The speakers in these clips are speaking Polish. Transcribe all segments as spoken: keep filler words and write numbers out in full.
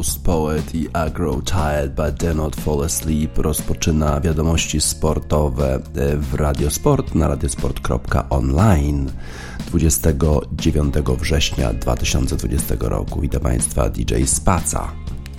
Ghost Poet i I Grow Tired but Dare Not Fall Asleep rozpoczyna wiadomości sportowe w Radiosport na radiosport kropka online dwudziestego dziewiątego września dwa tysiące dwudziestego roku. Witam Państwa, D J Spaca.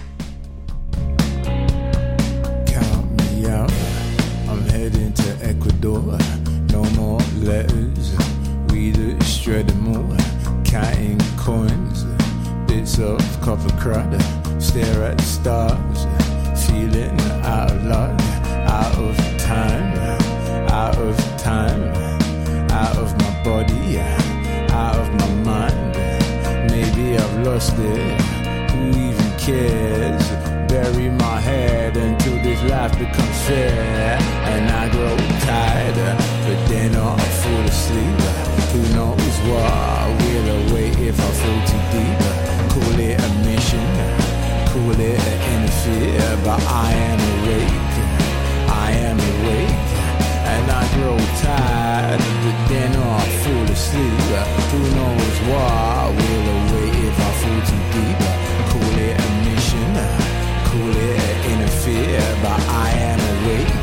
Count me out, I'm heading to Ecuador. No more letters, we the shred more. Counting coins, bits of copper crud. Stare at the stars, feeling out of luck, out of time, out of time, out of my body, out of my mind. Maybe I've lost it, who even cares? Bury my head until this life becomes fair. And I grow tired, but then I fall asleep. Who knows what will await if I fall too deep? Call it a mission, call it an interfere, but I am awake, I am awake. And I grow tired, but then I fall asleep. Who knows what will await if I fall too deep? Call it a mission, call it an interfere, but I am awake,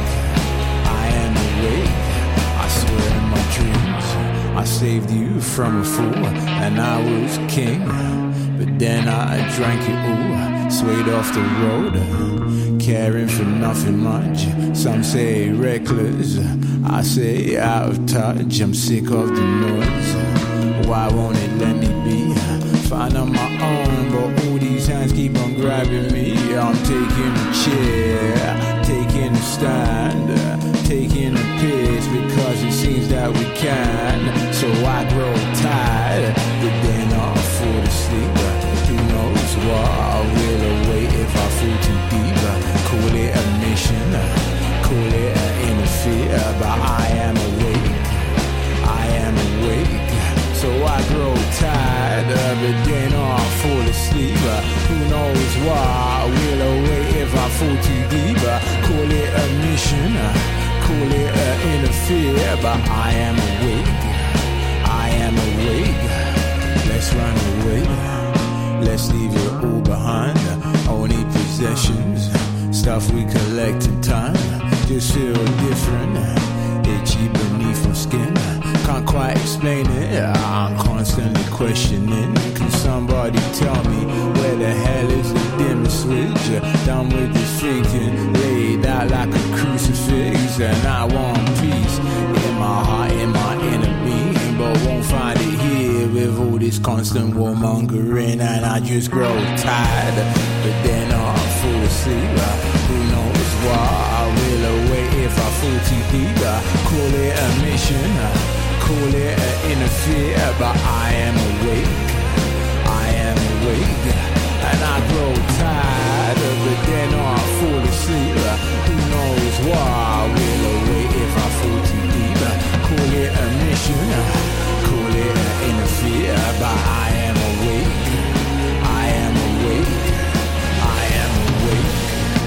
I am awake. I swear in my dreams I saved you from a fool, and I was king. But then I drank it all, swayed off the road, caring for nothing much. Some say reckless, I say out of touch. I'm sick of the noise, why won't it let me be? Find on my own, but all these hands keep on grabbing me. I'm taking a chair, taking a stand, taking a piss because it seems that we can. So I grow tired, but then I fall asleep. Who knows what will await if I fall too deep? Call it a mission, call it an interfere, but I am awake, I am awake. So I grow tired, but then I fall asleep. Who knows what will await if I fall too deep? Call it a mission, call it an interfere, but I am awake, I am awake. Let's run away, let's leave it all behind. Only possessions, stuff we collect in time. Just feel different, itchy beneath my skin. Can't quite explain it, I'm constantly questioning. Can somebody tell me where the hell is the dimmer switch? Done with this thinking, laid out like a crucifix. And I want peace in my heart, in my inner being, but won't find it here with all this constant warmongering. And I just grow tired, but then I fall asleep. Who knows what I will await if I fall too deep? Call it a mission, call it an interfere, but I am awake, I am awake. And I grow tired, but then I fall asleep. Who knows what will await if I fall too deep? Call it a mission, call it an interfere, but I am awake, I am awake, I am awake.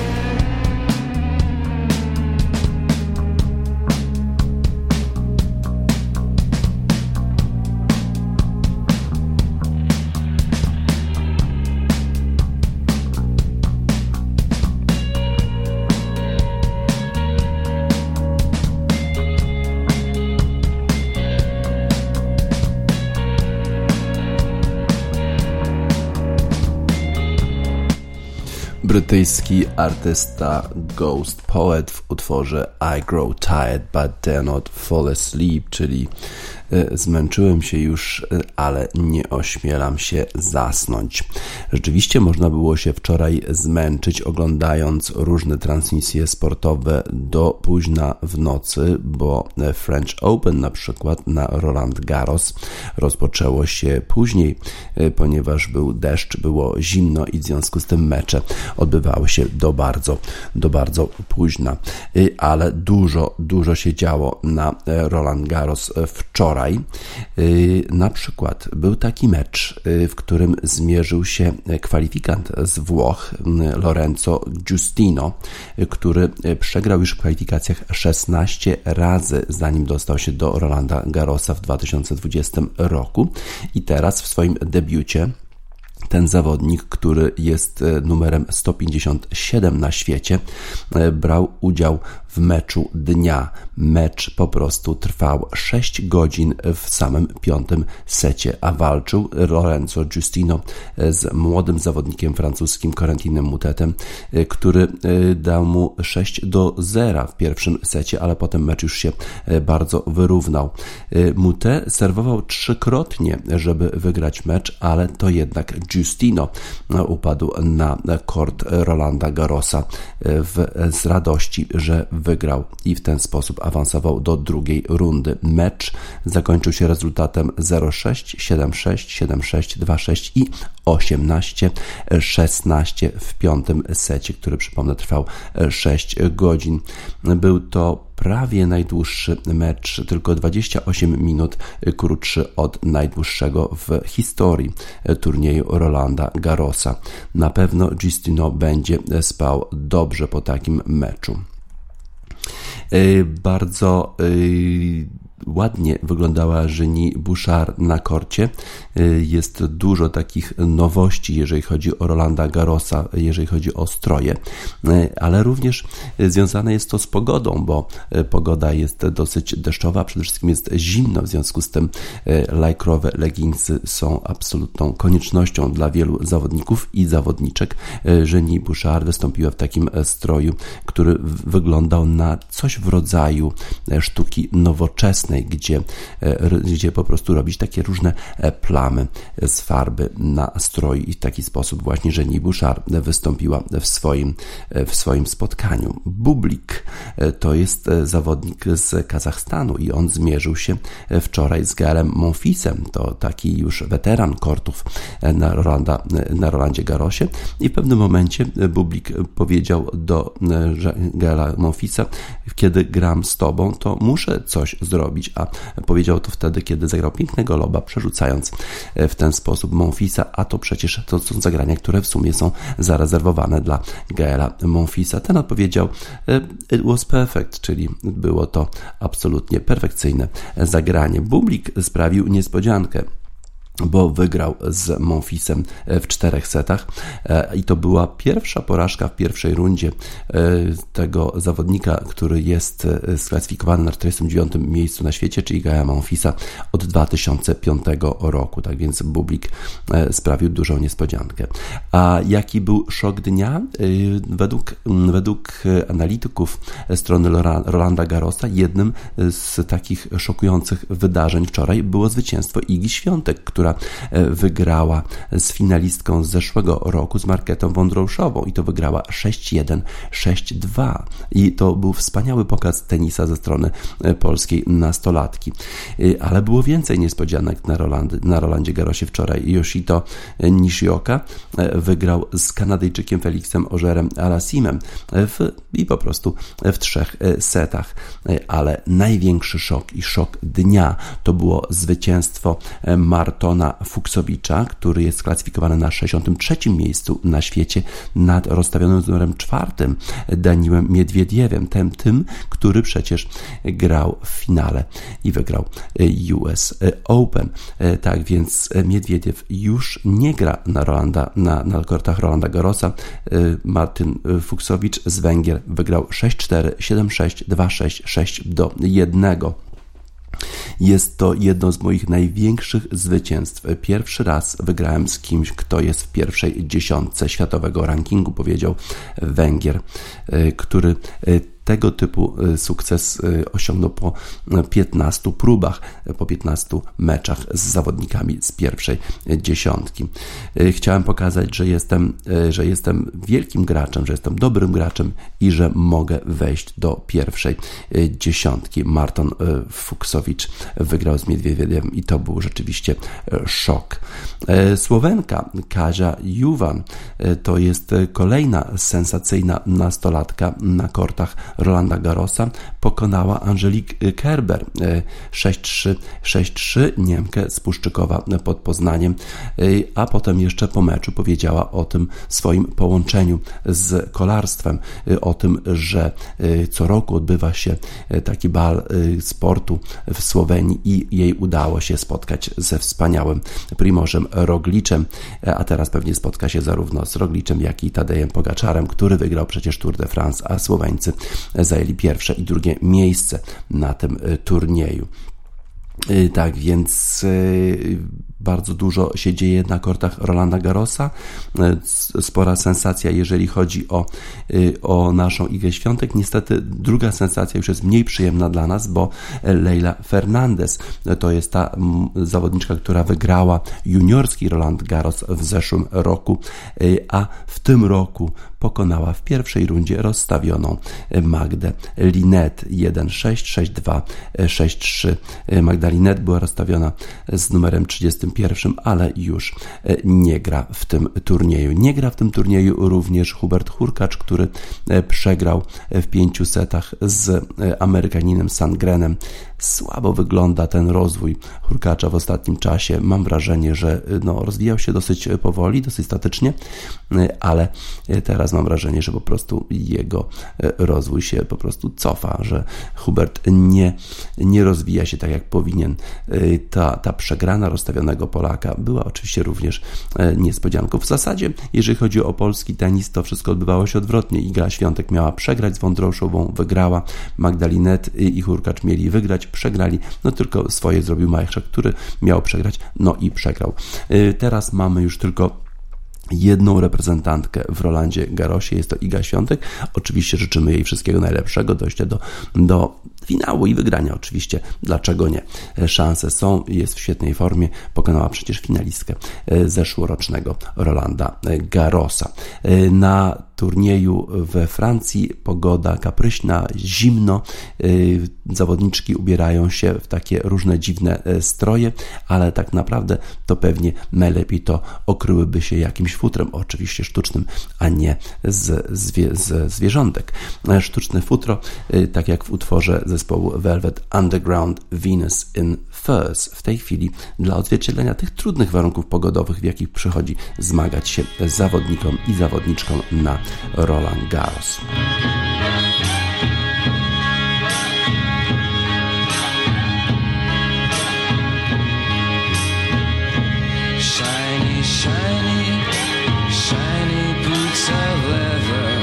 Brytyjski artysta Ghost Poet w utworze I Grow Tired but Dare Not Fall Asleep, czyli zmęczyłem się już, ale nie ośmielam się zasnąć. Rzeczywiście można było się wczoraj zmęczyć oglądając różne transmisje sportowe do późna w nocy, bo French Open na przykład na Roland Garros rozpoczęło się później, ponieważ był deszcz, było zimno i w związku z tym mecze odbywały się do bardzo, do bardzo późna. Ale dużo, dużo się działo na Roland Garros wczoraj. Na przykład był taki mecz, w którym zmierzył się kwalifikant z Włoch, Lorenzo Giustino, który przegrał już w kwalifikacjach szesnaście razy, zanim dostał się do Rolanda Garrosa w dwa tysiące dwudziestym roku i teraz w swoim debiucie Ten zawodnik, który jest numerem sto pięćdziesiąt siedem na świecie, brał udział w meczu dnia. Mecz po prostu trwał sześć godzin w samym piątym secie, a walczył Lorenzo Giustino z młodym zawodnikiem francuskim Corentinem Moutetem, który dał mu sześć do zera w pierwszym secie, ale potem mecz już się bardzo wyrównał. Moutet serwował trzykrotnie, żeby wygrać mecz, ale to jednak Giustino upadł na kort Rolanda Garrosa w, z radości, że wygrał i w ten sposób awansował do drugiej rundy. Mecz zakończył się rezultatem zero sześć, siedem sześć, siedem sześć, dwa sześć i osiemnaście szesnaście w piątym secie, który, przypomnę, trwał sześć godzin. Był to prawie najdłuższy mecz, tylko dwadzieścia osiem minut krótszy od najdłuższego w historii turnieju Rolanda Garrosa. Na pewno Giustino będzie spał dobrze po takim meczu. Bardzo ładnie wyglądała Genie Bouchard na korcie. Jest dużo takich nowości, jeżeli chodzi o Rolanda Garrosa, jeżeli chodzi o stroje, ale również związane jest to z pogodą, bo pogoda jest dosyć deszczowa, przede wszystkim jest zimno, w związku z tym lajkrowe leginsy są absolutną koniecznością dla wielu zawodników i zawodniczek. Genie Bouchard wystąpiła w takim stroju, który wyglądał na coś w rodzaju sztuki nowoczesnej, Gdzie, gdzie po prostu robić takie różne plamy z farby na stroju i w taki sposób właśnie Genie Bouchard wystąpiła w swoim, w swoim spotkaniu. Bublik to jest zawodnik z Kazachstanu i on zmierzył się wczoraj z Gaelem Monfilsem, to taki już weteran kortów na, Rolanda, na Rolandzie Garrosie i w pewnym momencie Bublik powiedział do Gaela Monfilsa: kiedy gram z tobą, to muszę coś zrobić, a powiedział to wtedy, kiedy zagrał pięknego loba, przerzucając w ten sposób Monfilsa, a to przecież to są zagrania, które w sumie są zarezerwowane dla Gaela Monfilsa. Ten odpowiedział: it was perfect, czyli było to absolutnie perfekcyjne zagranie. Bublik sprawił niespodziankę, bo wygrał z Monfilsem w czterech setach i to była pierwsza porażka w pierwszej rundzie tego zawodnika, który jest sklasyfikowany na czterdziestym dziewiątym miejscu na świecie, czyli Gaela Monfilsa od dwa tysiące piątego roku. Tak więc Bublik sprawił dużą niespodziankę. A jaki był szok dnia? Według, według analityków strony Rolanda Garrosa jednym z takich szokujących wydarzeń wczoraj było zwycięstwo Igi Świątek, która wygrała z finalistką z zeszłego roku, z Marketą Wondrouszową, i to wygrała sześć jeden, sześć dwa. I to był wspaniały pokaz tenisa ze strony polskiej nastolatki. Ale było więcej niespodzianek na, Roland, na Rolandzie Garrosie wczoraj. Yoshito Nishioka wygrał z Kanadyjczykiem Felixem Auger-Aliassimem w, i po prostu w trzech setach. Ale największy szok i szok dnia to było zwycięstwo Martona Fuksowicza, który jest klasyfikowany na sześćdziesiątym trzecim miejscu na świecie, nad rozstawionym z numerem czwartym Daniłem Miedwiediewem, tym, tym, który przecież grał w finale i wygrał U S Open. Tak więc Miedwiediew już nie gra na, Rolanda, na, na kortach Rolanda Garrosa. Martin Fuksowicz z Węgier wygrał sześć cztery, siedem sześć, dwa sześć, sześć do jednego. Jest to jedno z moich największych zwycięstw. Pierwszy raz wygrałem z kimś, kto jest w pierwszej dziesiątce światowego rankingu, powiedział Węgier, który tego typu sukces osiągnął po piętnastu próbach, po piętnastu meczach z zawodnikami z pierwszej dziesiątki. Chciałem pokazać, że jestem, że jestem wielkim graczem, że jestem dobrym graczem i że mogę wejść do pierwszej dziesiątki. Marton Fuksowicz wygrał z Miedwiediewem i to był rzeczywiście szok. Słowenka Kasia Juvan to jest kolejna sensacyjna nastolatka na kortach Rolanda Garrosa pokonała Angelique Kerber sześć trzy, sześć trzy, Niemkę z Puszczykowa pod Poznaniem, a potem jeszcze po meczu powiedziała o tym swoim połączeniu z kolarstwem, o tym, że co roku odbywa się taki bal sportu w Słowenii i jej udało się spotkać ze wspaniałym Primożem Rogliczem, a teraz pewnie spotka się zarówno z Rogliczem, jak i Tadejem Pogaczarem, który wygrał przecież Tour de France, a Słoweńcy zajęli pierwsze i drugie miejsce na tym turnieju. Tak więc bardzo dużo się dzieje na kortach Rolanda Garrosa. Spora sensacja, jeżeli chodzi o, o naszą Igę Świątek. Niestety druga sensacja już jest mniej przyjemna dla nas, bo Leila Fernandez to jest ta zawodniczka, która wygrała juniorski Roland Garros w zeszłym roku, a w tym roku pokonała w pierwszej rundzie rozstawioną Magdę Linette jeden sześć, sześć dwa, sześć trzy. Magda Linette była rozstawiona z numerem trzydziestym pierwszym, ale już nie gra w tym turnieju. Nie gra w tym turnieju również Hubert Hurkacz, który przegrał w pięciu setach z Amerykaninem Sandgrenem. Słabo wygląda ten rozwój Hurkacza w ostatnim czasie. Mam wrażenie, że no, rozwijał się dosyć powoli, dosyć statycznie, ale teraz mam wrażenie, że po prostu jego rozwój się po prostu cofa, że Hubert nie, nie rozwija się tak, jak powinien. Ta, ta przegrana rozstawionego Polaka była oczywiście również niespodzianką. W zasadzie, jeżeli chodzi o polski tenis, to wszystko odbywało się odwrotnie. Iga Świątek miała przegrać z Wądroszową, wygrała. Magda Linette i Hurkacz mieli wygrać, przegrali, no tylko swoje zrobił Majchrzak, który miał przegrać, no i przegrał. Teraz mamy już tylko jedną reprezentantkę w Rolandzie Garrosie, jest to Iga Świątek. Oczywiście życzymy jej wszystkiego najlepszego, dojścia do, do finału i wygrania oczywiście, dlaczego nie. Szanse są, jest w świetnej formie, pokonała przecież finalistkę zeszłorocznego Rolanda Garrosa. Na turnieju we Francji pogoda kapryśna, zimno, zawodniczki ubierają się w takie różne dziwne stroje, ale tak naprawdę to pewnie najlepiej to okryłyby się jakimś futrem, oczywiście sztucznym, a nie z, zwie, z zwierzątek. Sztuczne futro, tak jak w utworze zespołu Velvet Underground Venus in Furs, w tej chwili dla odzwierciedlenia tych trudnych warunków pogodowych, w jakich przychodzi zmagać się zawodnikom i zawodniczkom na Roland Garros. Shiny, shiny, shiny boots of leather,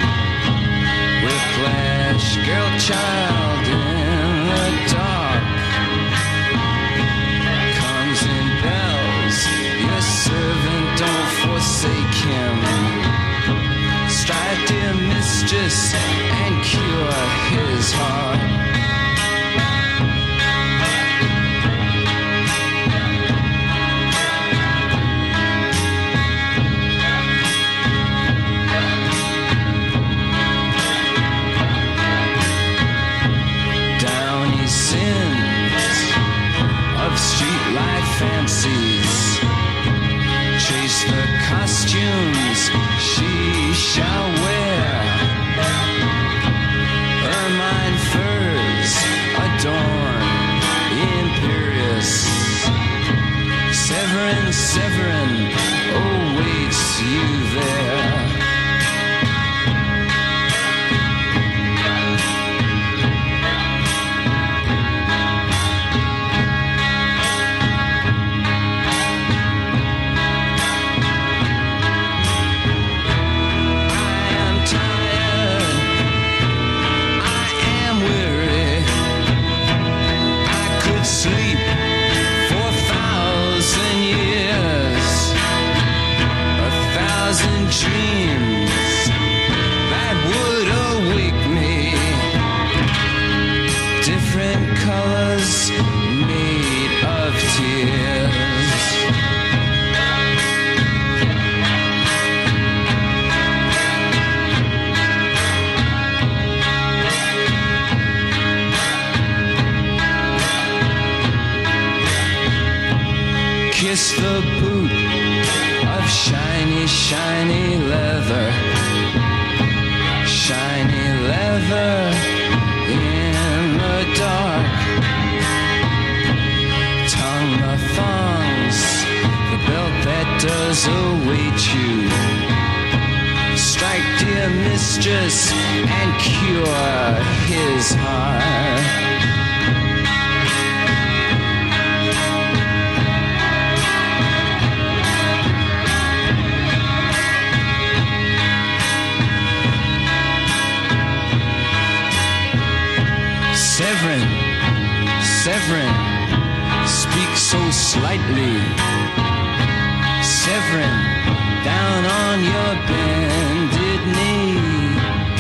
whiplash, girl child in the dark, comes in bells, your servant, don't forsake him, strike dear mistress and cure his heart. Sins of street life fancies, chase the costumes she shall wear, ermine furs adorn imperious, Severin, Severin awaits you there. Dreams that would awake me, different colors made of tears. Kiss the boot of shiny, shiny leather, shiny leather. together in the dark. Tongue the thongs, the belt that does await you. Strike, dear mistress, and cure his heart. Severin, Severin, speak so slightly. Severin, down on your bended knee.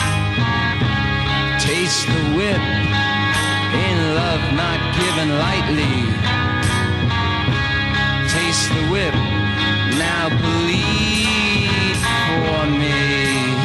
Taste the whip, in love not given lightly. Taste the whip, now bleed for me.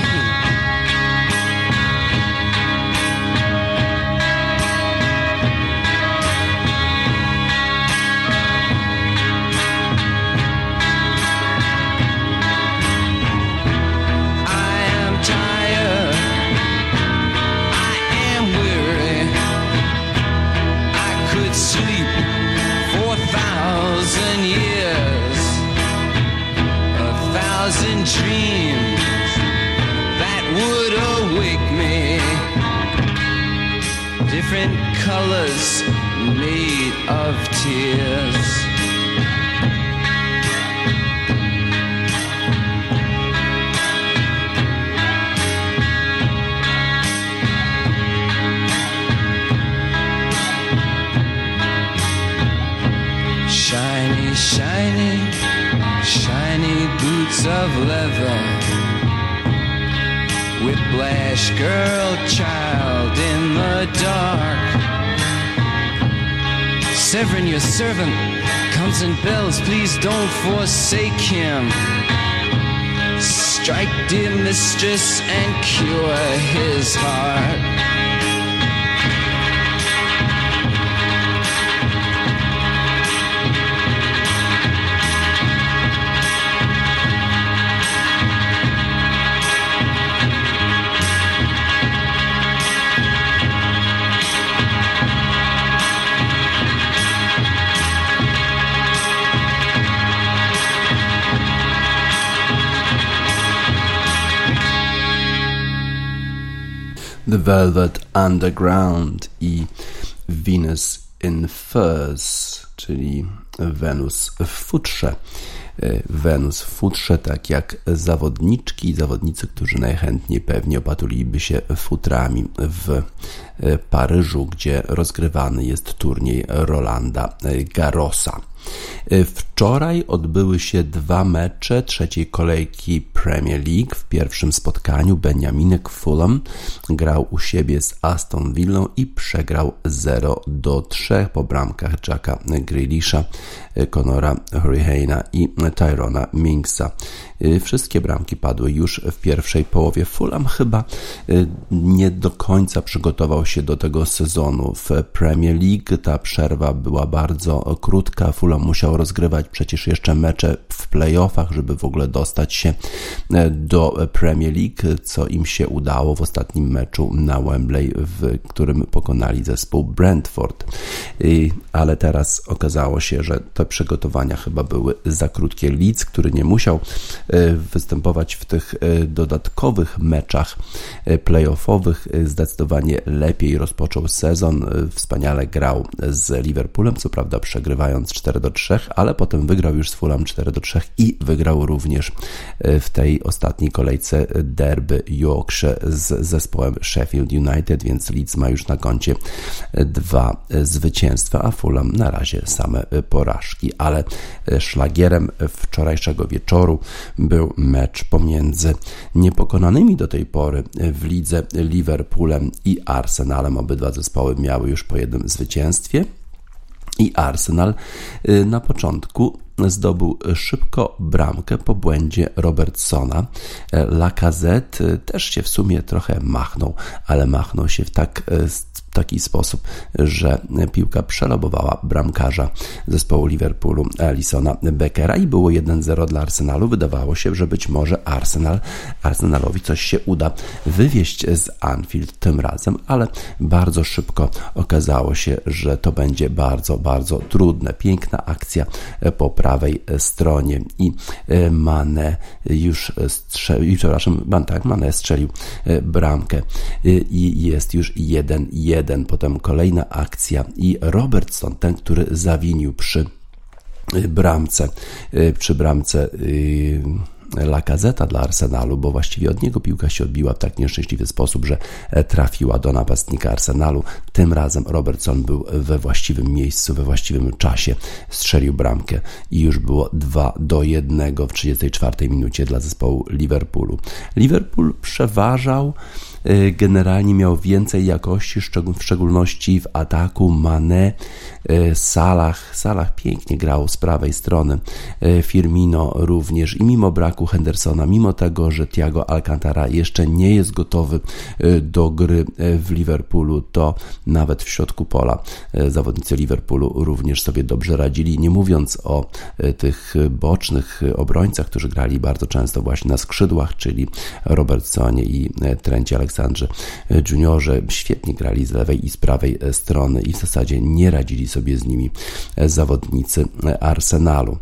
Dreams that would awake me. Different colors made of tears. Shiny, shiny, shiny boots of leather. Whiplash girl, child in the dark. Severin, your servant, comes and bells. Please don't forsake him. Strike, dear mistress, and cure his heart. The Velvet Underground i Venus in Furs, czyli Wenus w futrze. Wenus w futrze, tak jak zawodniczki i zawodnicy, którzy najchętniej pewnie opatuliby się futrami w Paryżu, gdzie rozgrywany jest turniej Rolanda Garrosa. Wczoraj odbyły się dwa mecze trzeciej kolejki Premier League. W pierwszym spotkaniu Beniaminek Fulham grał u siebie z Aston Villą i przegrał zero do trzech po bramkach Jacka Grealisha, Conora Hurricane'a i Tyrona Minksa. Wszystkie bramki padły już w pierwszej połowie. Fulham chyba nie do końca przygotował się do tego sezonu w Premier League. Ta przerwa była bardzo krótka. Fulham musiał rozgrywać przecież jeszcze mecze w playoffach, żeby w ogóle dostać się do Premier League, co im się udało w ostatnim meczu na Wembley, w którym pokonali zespół Brentford. Ale teraz okazało się, że te przygotowania chyba były za krótkie. Leeds, który nie musiał występować w tych dodatkowych meczach playoffowych, zdecydowanie lepiej rozpoczął sezon. Wspaniale grał z Liverpoolem, co prawda przegrywając cztery do trzech, ale potem wygrał już z Fulham cztery do trzech i wygrał również w tej ostatniej kolejce derby Yorkshire z zespołem Sheffield United, więc Leeds ma już na koncie dwa zwycięstwa, a Fulham na razie same porażki, ale szlagierem wczorajszego wieczoru był mecz pomiędzy niepokonanymi do tej pory w lidze Liverpoolem i Arsenalem. Obydwa zespoły miały już po jednym zwycięstwie i Arsenal na początku zdobył szybko bramkę po błędzie Robertsona. Lacazette też się w sumie trochę machnął, ale machnął się w tak w taki sposób, że piłka przelobowała bramkarza zespołu Liverpoolu Alissona Beckera i było jeden zero dla Arsenalu. Wydawało się, że być może Arsenal, Arsenalowi coś się uda wywieźć z Anfield tym razem, ale bardzo szybko okazało się, że to będzie bardzo, bardzo trudne. Piękna akcja po prawej stronie i Mane już strzelił, przepraszam, tak, Mane strzelił bramkę i jest już jeden jeden. Potem kolejna akcja i Robertson, ten, który zawinił przy bramce, przy bramce Lacazeta dla Arsenalu, bo właściwie od niego piłka się odbiła w tak nieszczęśliwy sposób, że trafiła do napastnika Arsenalu. Tym razem Robertson był we właściwym miejscu, we właściwym czasie, strzelił bramkę i już było dwa do jednego w trzydziestej czwartej minucie dla zespołu Liverpoolu. Liverpool przeważał, generalnie miał więcej jakości, w szczególności w ataku. Mane, Salah, Salah pięknie grał z prawej strony, Firmino również i mimo braku Hendersona, mimo tego, że Thiago Alcantara jeszcze nie jest gotowy do gry w Liverpoolu, to nawet w środku pola zawodnicy Liverpoolu również sobie dobrze radzili, nie mówiąc o tych bocznych obrońcach, którzy grali bardzo często właśnie na skrzydłach, czyli Robertsonie i Trencie Aleksandrze Juniorze. Świetnie grali z lewej i z prawej strony i w zasadzie nie radzili sobie z nimi zawodnicy Arsenalu.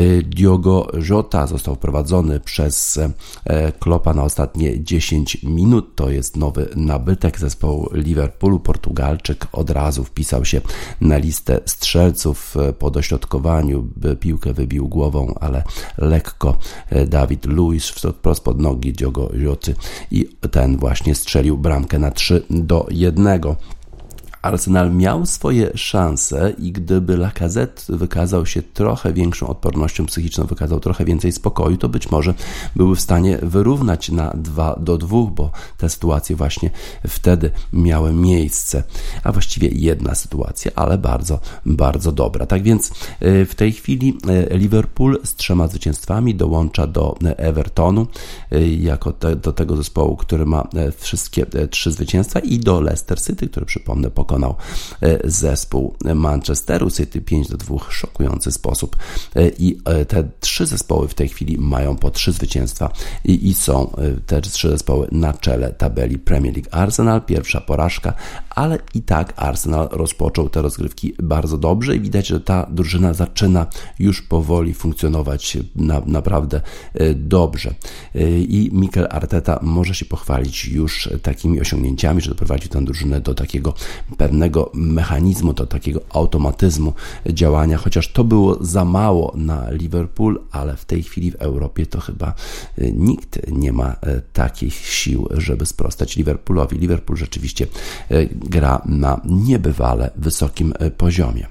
Diogo Jota został wprowadzony przez Kloppa na ostatnie dziesięć minut. To jest nowy nabytek zespołu Liverpoolu. Portugalczyk od razu wpisał się na listę strzelców po dośrodkowaniu. Piłkę wybił głową, ale lekko David Luiz wprost pod nogi Diogo Joty i ten właśnie strzelił bramkę na trzy do jednego. Arsenal miał swoje szanse i gdyby Lacazette wykazał się trochę większą odpornością psychiczną, wykazał trochę więcej spokoju, to być może byłby w stanie wyrównać na dwa do dwóch, bo te sytuacje właśnie wtedy miały miejsce. A właściwie jedna sytuacja, ale bardzo, bardzo dobra. Tak więc w tej chwili Liverpool z trzema zwycięstwami dołącza do Evertonu jako te, do tego zespołu, który ma wszystkie trzy zwycięstwa i do Leicester City, który przypomnę pokonał zespół Manchesteru City pięć do dwóch, szokujący sposób i te trzy zespoły w tej chwili mają po trzy zwycięstwa i, i są te trzy zespoły na czele tabeli Premier League. Arsenal pierwsza porażka, ale i tak Arsenal rozpoczął te rozgrywki bardzo dobrze i widać, że ta drużyna zaczyna już powoli funkcjonować na, naprawdę dobrze i Mikel Arteta może się pochwalić już takimi osiągnięciami, że doprowadził tę drużynę do takiego pewnego mechanizmu, do takiego automatyzmu działania, chociaż to było za mało na Liverpool, ale w tej chwili w Europie to chyba nikt nie ma takich sił, żeby sprostać Liverpoolowi. Liverpool rzeczywiście gra na niebywale wysokim poziomie.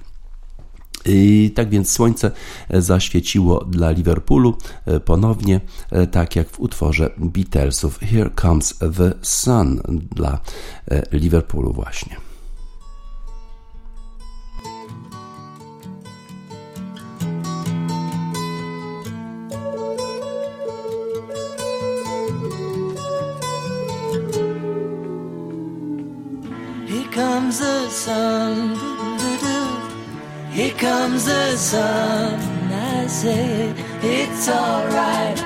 I tak więc słońce zaświeciło dla Liverpoolu ponownie, tak jak w utworze Beatlesów Here Comes the Sun dla Liverpoolu właśnie. Here comes the sun, doo-doo-doo. Here comes the sun, I say it's alright.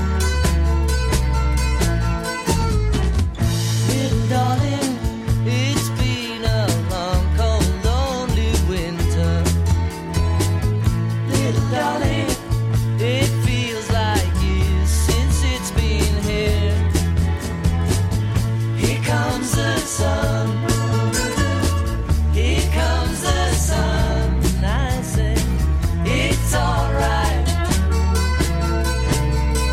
Little darling, it's been a long, cold, lonely winter. Little darling, it feels like years since it's been here. Here comes the sun. Here comes the sun, I say it's alright.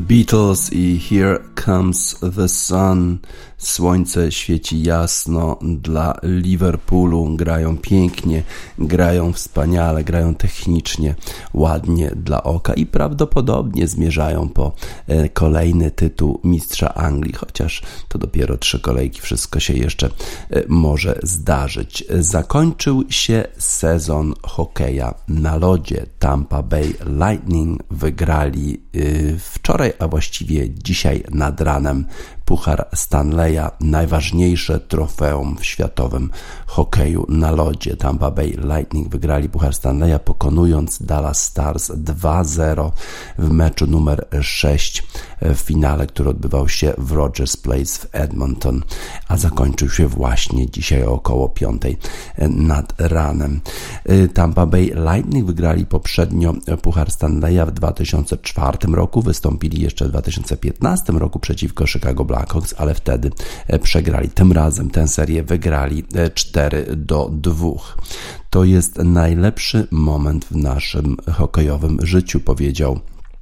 Beatles i Here Comes the Sun. Słońce świeci jasno dla Liverpoolu. Grają pięknie, grają wspaniale, grają technicznie, ładnie dla oka i prawdopodobnie zmierzają po kolejny tytuł mistrza Anglii, chociaż to dopiero trzy kolejki, wszystko się jeszcze może zdarzyć. Zakończył się sezon hokeja na lodzie. Tampa Bay Lightning wygrali wczoraj, a właściwie dzisiaj nad ranem Puchar Stanleya, najważniejsze trofeum w światowym hokeju na lodzie. Tampa Bay Lightning wygrali Puchar Stanleya, pokonując Dallas Stars dwa zero w meczu numer sześć w finale, który odbywał się w Rogers Place w Edmonton, a zakończył się właśnie dzisiaj około piątej nad ranem. Tampa Bay Lightning wygrali poprzednio Puchar Stanleya w dwa tysiące czwartym roku, wystąpili jeszcze w dwa tysiące piętnastym roku przeciwko Chicago Blackhawks, ale wtedy przegrali. Tym razem tę serię wygrali cztery do dwóch. To jest najlepszy moment w naszym hokejowym życiu, powiedział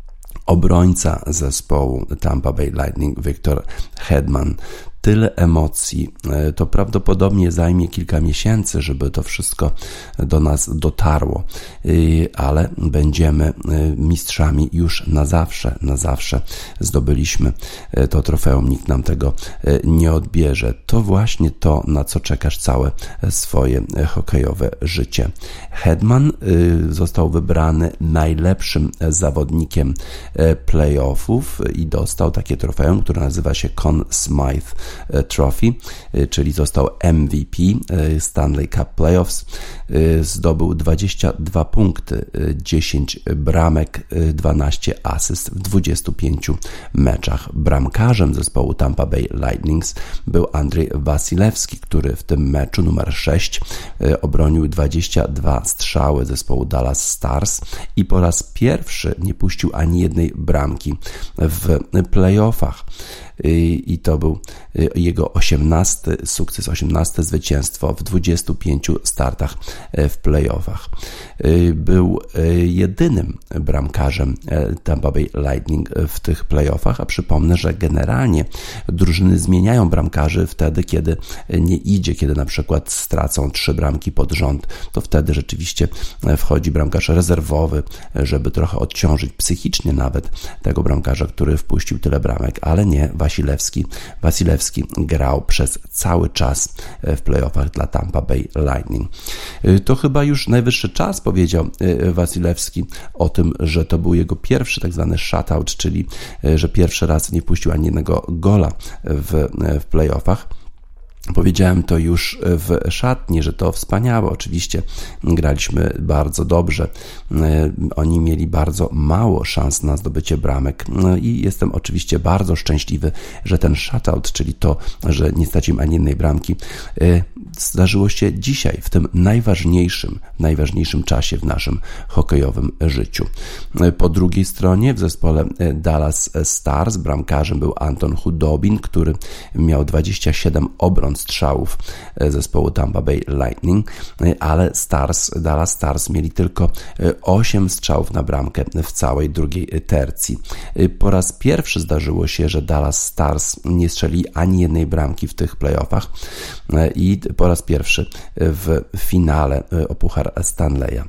obrońca zespołu Tampa Bay Lightning Victor Hedman. Tyle emocji, to prawdopodobnie zajmie kilka miesięcy, żeby to wszystko do nas dotarło, ale będziemy mistrzami już na zawsze, na zawsze zdobyliśmy to trofeum, nikt nam tego nie odbierze. To właśnie to, na co czekasz całe swoje hokejowe życie. Hedman został wybrany najlepszym zawodnikiem playoffów i dostał takie trofeum, które nazywa się Conn Smythe Trophy, czyli został M V P Stanley Cup Playoffs. Zdobył dwadzieścia dwa punkty, dziesięć bramek, dwanaście asyst w dwudziestu pięciu meczach. Bramkarzem zespołu Tampa Bay Lightnings był Andrzej Wasilewski, który w tym meczu numer sześć obronił dwadzieścia dwa strzały zespołu Dallas Stars i po raz pierwszy nie puścił ani jednej bramki w playoffach. I to był jego osiemnasty sukces, osiemnaste zwycięstwo w dwudziestu pięciu startach w playoffach. Był jedynym bramkarzem Tampa Bay Lightning w tych playoffach, a przypomnę, że generalnie drużyny zmieniają bramkarzy wtedy, kiedy nie idzie, kiedy na przykład stracą trzy bramki pod rząd, to wtedy rzeczywiście wchodzi bramkarz rezerwowy, żeby trochę odciążyć psychicznie nawet tego bramkarza, który wpuścił tyle bramek, ale nie, Wasilewski. Wasilewski grał przez cały czas w playoffach dla Tampa Bay Lightning. To chyba już najwyższy czas, powiedział Wasilewski o tym, że to był jego pierwszy tak zwany shutout, czyli że pierwszy raz nie puścił ani jednego gola w, w playoffach. Powiedziałem to już w szatni, że to wspaniałe. Oczywiście graliśmy bardzo dobrze. Oni mieli bardzo mało szans na zdobycie bramek. No i jestem oczywiście bardzo szczęśliwy, że ten shutout, czyli to, że nie stracimy ani jednej bramki, zdarzyło się dzisiaj, w tym najważniejszym, najważniejszym czasie w naszym hokejowym życiu. Po drugiej stronie w zespole Dallas Stars bramkarzem był Anton Khudobin, który miał dwadzieścia siedem obron strzałów zespołu Tampa Bay Lightning, ale Stars, Dallas Stars mieli tylko osiem strzałów na bramkę w całej drugiej tercji. Po raz pierwszy zdarzyło się, że Dallas Stars nie strzeli ani jednej bramki w tych playoffach i po raz pierwszy w finale o Puchar Stanleya.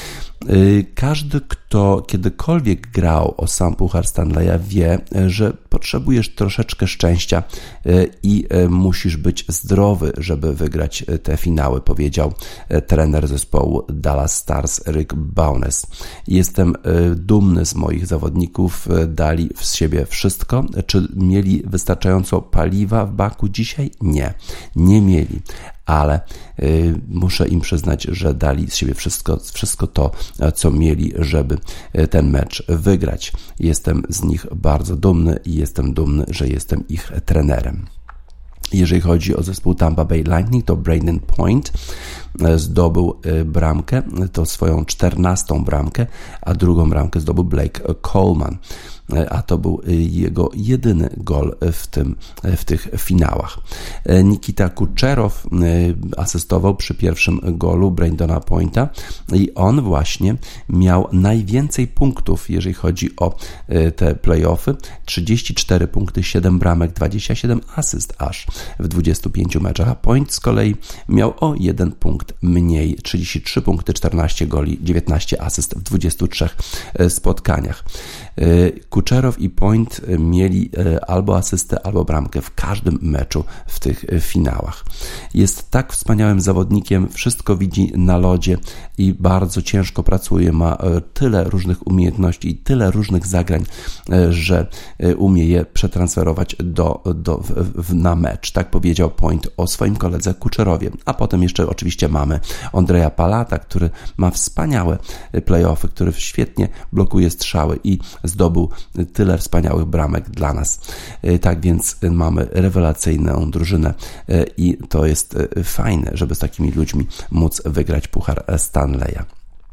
Każdy, kto kiedykolwiek grał o sam Puchar Stanleya, wie, że potrzebujesz troszeczkę szczęścia i musisz być zdrowy, żeby wygrać te finały, powiedział trener zespołu Dallas Stars Rick Bowness. Jestem dumny z moich zawodników, dali z siebie wszystko. Czy mieli wystarczająco paliwa w baku dzisiaj? Nie, nie mieli. Ale y, muszę im przyznać, że dali z siebie wszystko, wszystko to, co mieli, żeby ten mecz wygrać. Jestem z nich bardzo dumny i jestem dumny, że jestem ich trenerem. Jeżeli chodzi o zespół Tampa Bay Lightning, to Brayden Point zdobył bramkę, to swoją czternastą bramkę, a drugą bramkę zdobył Blake Coleman. a to był jego jedyny gol w, tym, w tych finałach. Nikita Kuczerow asystował przy pierwszym golu Brandona Pointa i on właśnie miał najwięcej punktów, jeżeli chodzi o te playoffy. trzydzieści cztery punkty, siedem bramek, dwadzieścia siedem asyst aż w dwudziestu pięciu meczach, a Point z kolei miał o jeden punkt mniej, trzydzieści trzy punkty, czternaście goli, dziewiętnaście asyst w dwudziestu trzech spotkaniach. Kuczerow i Point mieli albo asystę, albo bramkę w każdym meczu w tych finałach. Jest tak wspaniałym zawodnikiem, wszystko widzi na lodzie i bardzo ciężko pracuje, ma tyle różnych umiejętności i tyle różnych zagrań, że umie je przetransferować do, do, w, na mecz. Tak powiedział Point o swoim koledze Kuczerowie. A potem jeszcze oczywiście mamy Ondreja Palata, który ma wspaniałe play-offy, który świetnie blokuje strzały i zdobył tyle wspaniałych bramek dla nas. Tak więc mamy rewelacyjną drużynę i to jest fajne, żeby z takimi ludźmi móc wygrać Puchar Stanleya.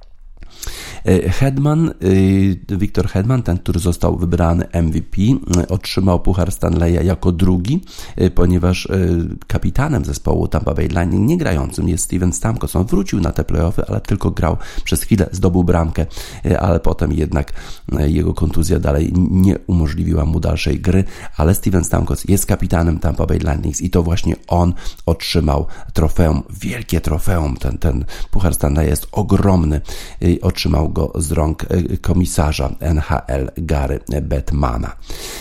Hedman, Victor Hedman, ten, który został wybrany M V P, otrzymał Puchar Stanleya jako drugi, ponieważ kapitanem zespołu Tampa Bay Lightning, nie grającym, jest Steven Stamkos. On wrócił na te playoffy, ale tylko grał przez chwilę, zdobył bramkę, ale potem jednak jego kontuzja dalej nie umożliwiła mu dalszej gry, ale Steven Stamkos jest kapitanem Tampa Bay Lightning i to właśnie on otrzymał trofeum, wielkie trofeum. Ten, ten Puchar Stanleya jest ogromny. Otrzymał go z rąk komisarza N H L Gary Bettmana.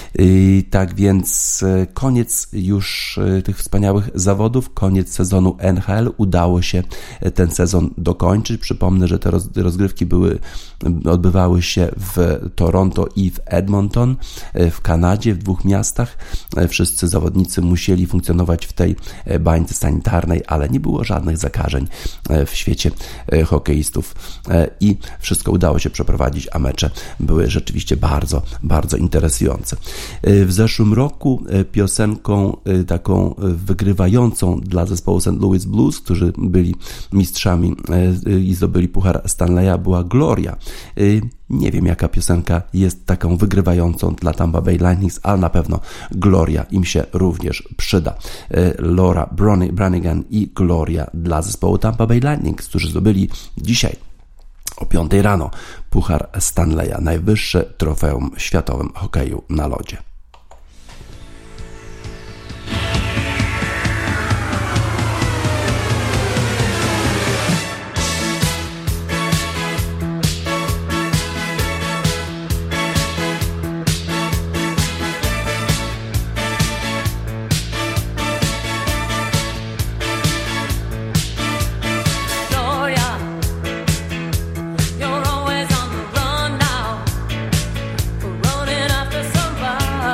Tak więc koniec już tych wspaniałych zawodów, koniec sezonu N H L. Udało się ten sezon dokończyć. Przypomnę, że te rozgrywki były, odbywały się w Toronto i w Edmonton w Kanadzie, w dwóch miastach. Wszyscy zawodnicy musieli funkcjonować w tej bańce sanitarnej, ale nie było żadnych zakażeń w świecie hokeistów i wszystko udało się przeprowadzić, a mecze były rzeczywiście bardzo, bardzo interesujące. W zeszłym roku piosenką taką wygrywającą dla zespołu Saint Louis Blues, którzy byli mistrzami i zdobyli Puchar Stanleya, była Gloria. Nie wiem, jaka piosenka jest taką wygrywającą dla Tampa Bay Lightning, ale na pewno Gloria im się również przyda. Laura Branigan i Gloria dla zespołu Tampa Bay Lightning, którzy zdobyli dzisiaj o piątej rano Puchar Stanleya, najwyższe trofeum w światowym hokeju na lodzie. You're always on the run now, running after somebody.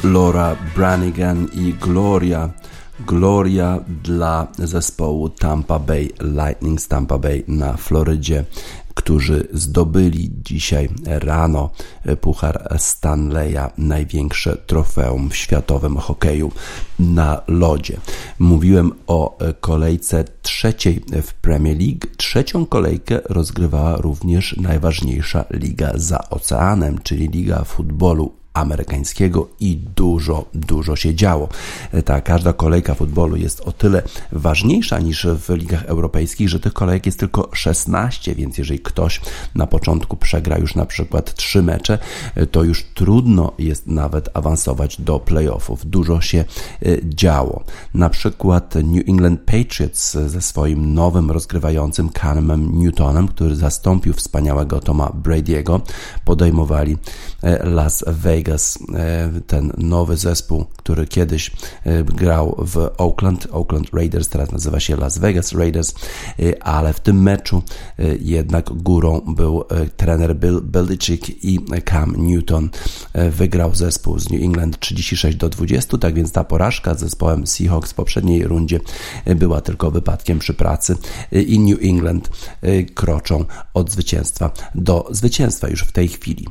Laura Branigan i Gloria. Gloria dla zespołu Tampa Bay Lightning z Tampa Bay na Florydzie, którzy zdobyli dzisiaj rano Puchar Stanleya, największe trofeum w światowym hokeju na lodzie. Mówiłem o kolejce trzeciej w Premier League. Trzecią kolejkę rozgrywała również najważniejsza liga za oceanem, czyli Liga Futbolu Amerykańskiego i dużo, dużo się działo. Ta każda kolejka futbolu jest o tyle ważniejsza niż w ligach europejskich, że tych kolejek jest tylko szesnaście, więc jeżeli ktoś na początku przegra już na przykład trzy mecze, to już trudno jest nawet awansować do playoffów. Dużo się działo. Na przykład New England Patriots ze swoim nowym rozgrywającym Camem Newtonem, który zastąpił wspaniałego Toma Brady'ego, podejmowali Las Vegas. Ten nowy zespół, który kiedyś grał w Oakland, Oakland Raiders, teraz nazywa się Las Vegas Raiders, ale w tym meczu jednak górą był trener Bill Belichick i Cam Newton. Wygrał zespół z New England trzydzieści sześć do dwudziestu, tak więc ta porażka z zespołem Seahawks w poprzedniej rundzie była tylko wypadkiem przy pracy i New England kroczą od zwycięstwa do zwycięstwa już w tej chwili.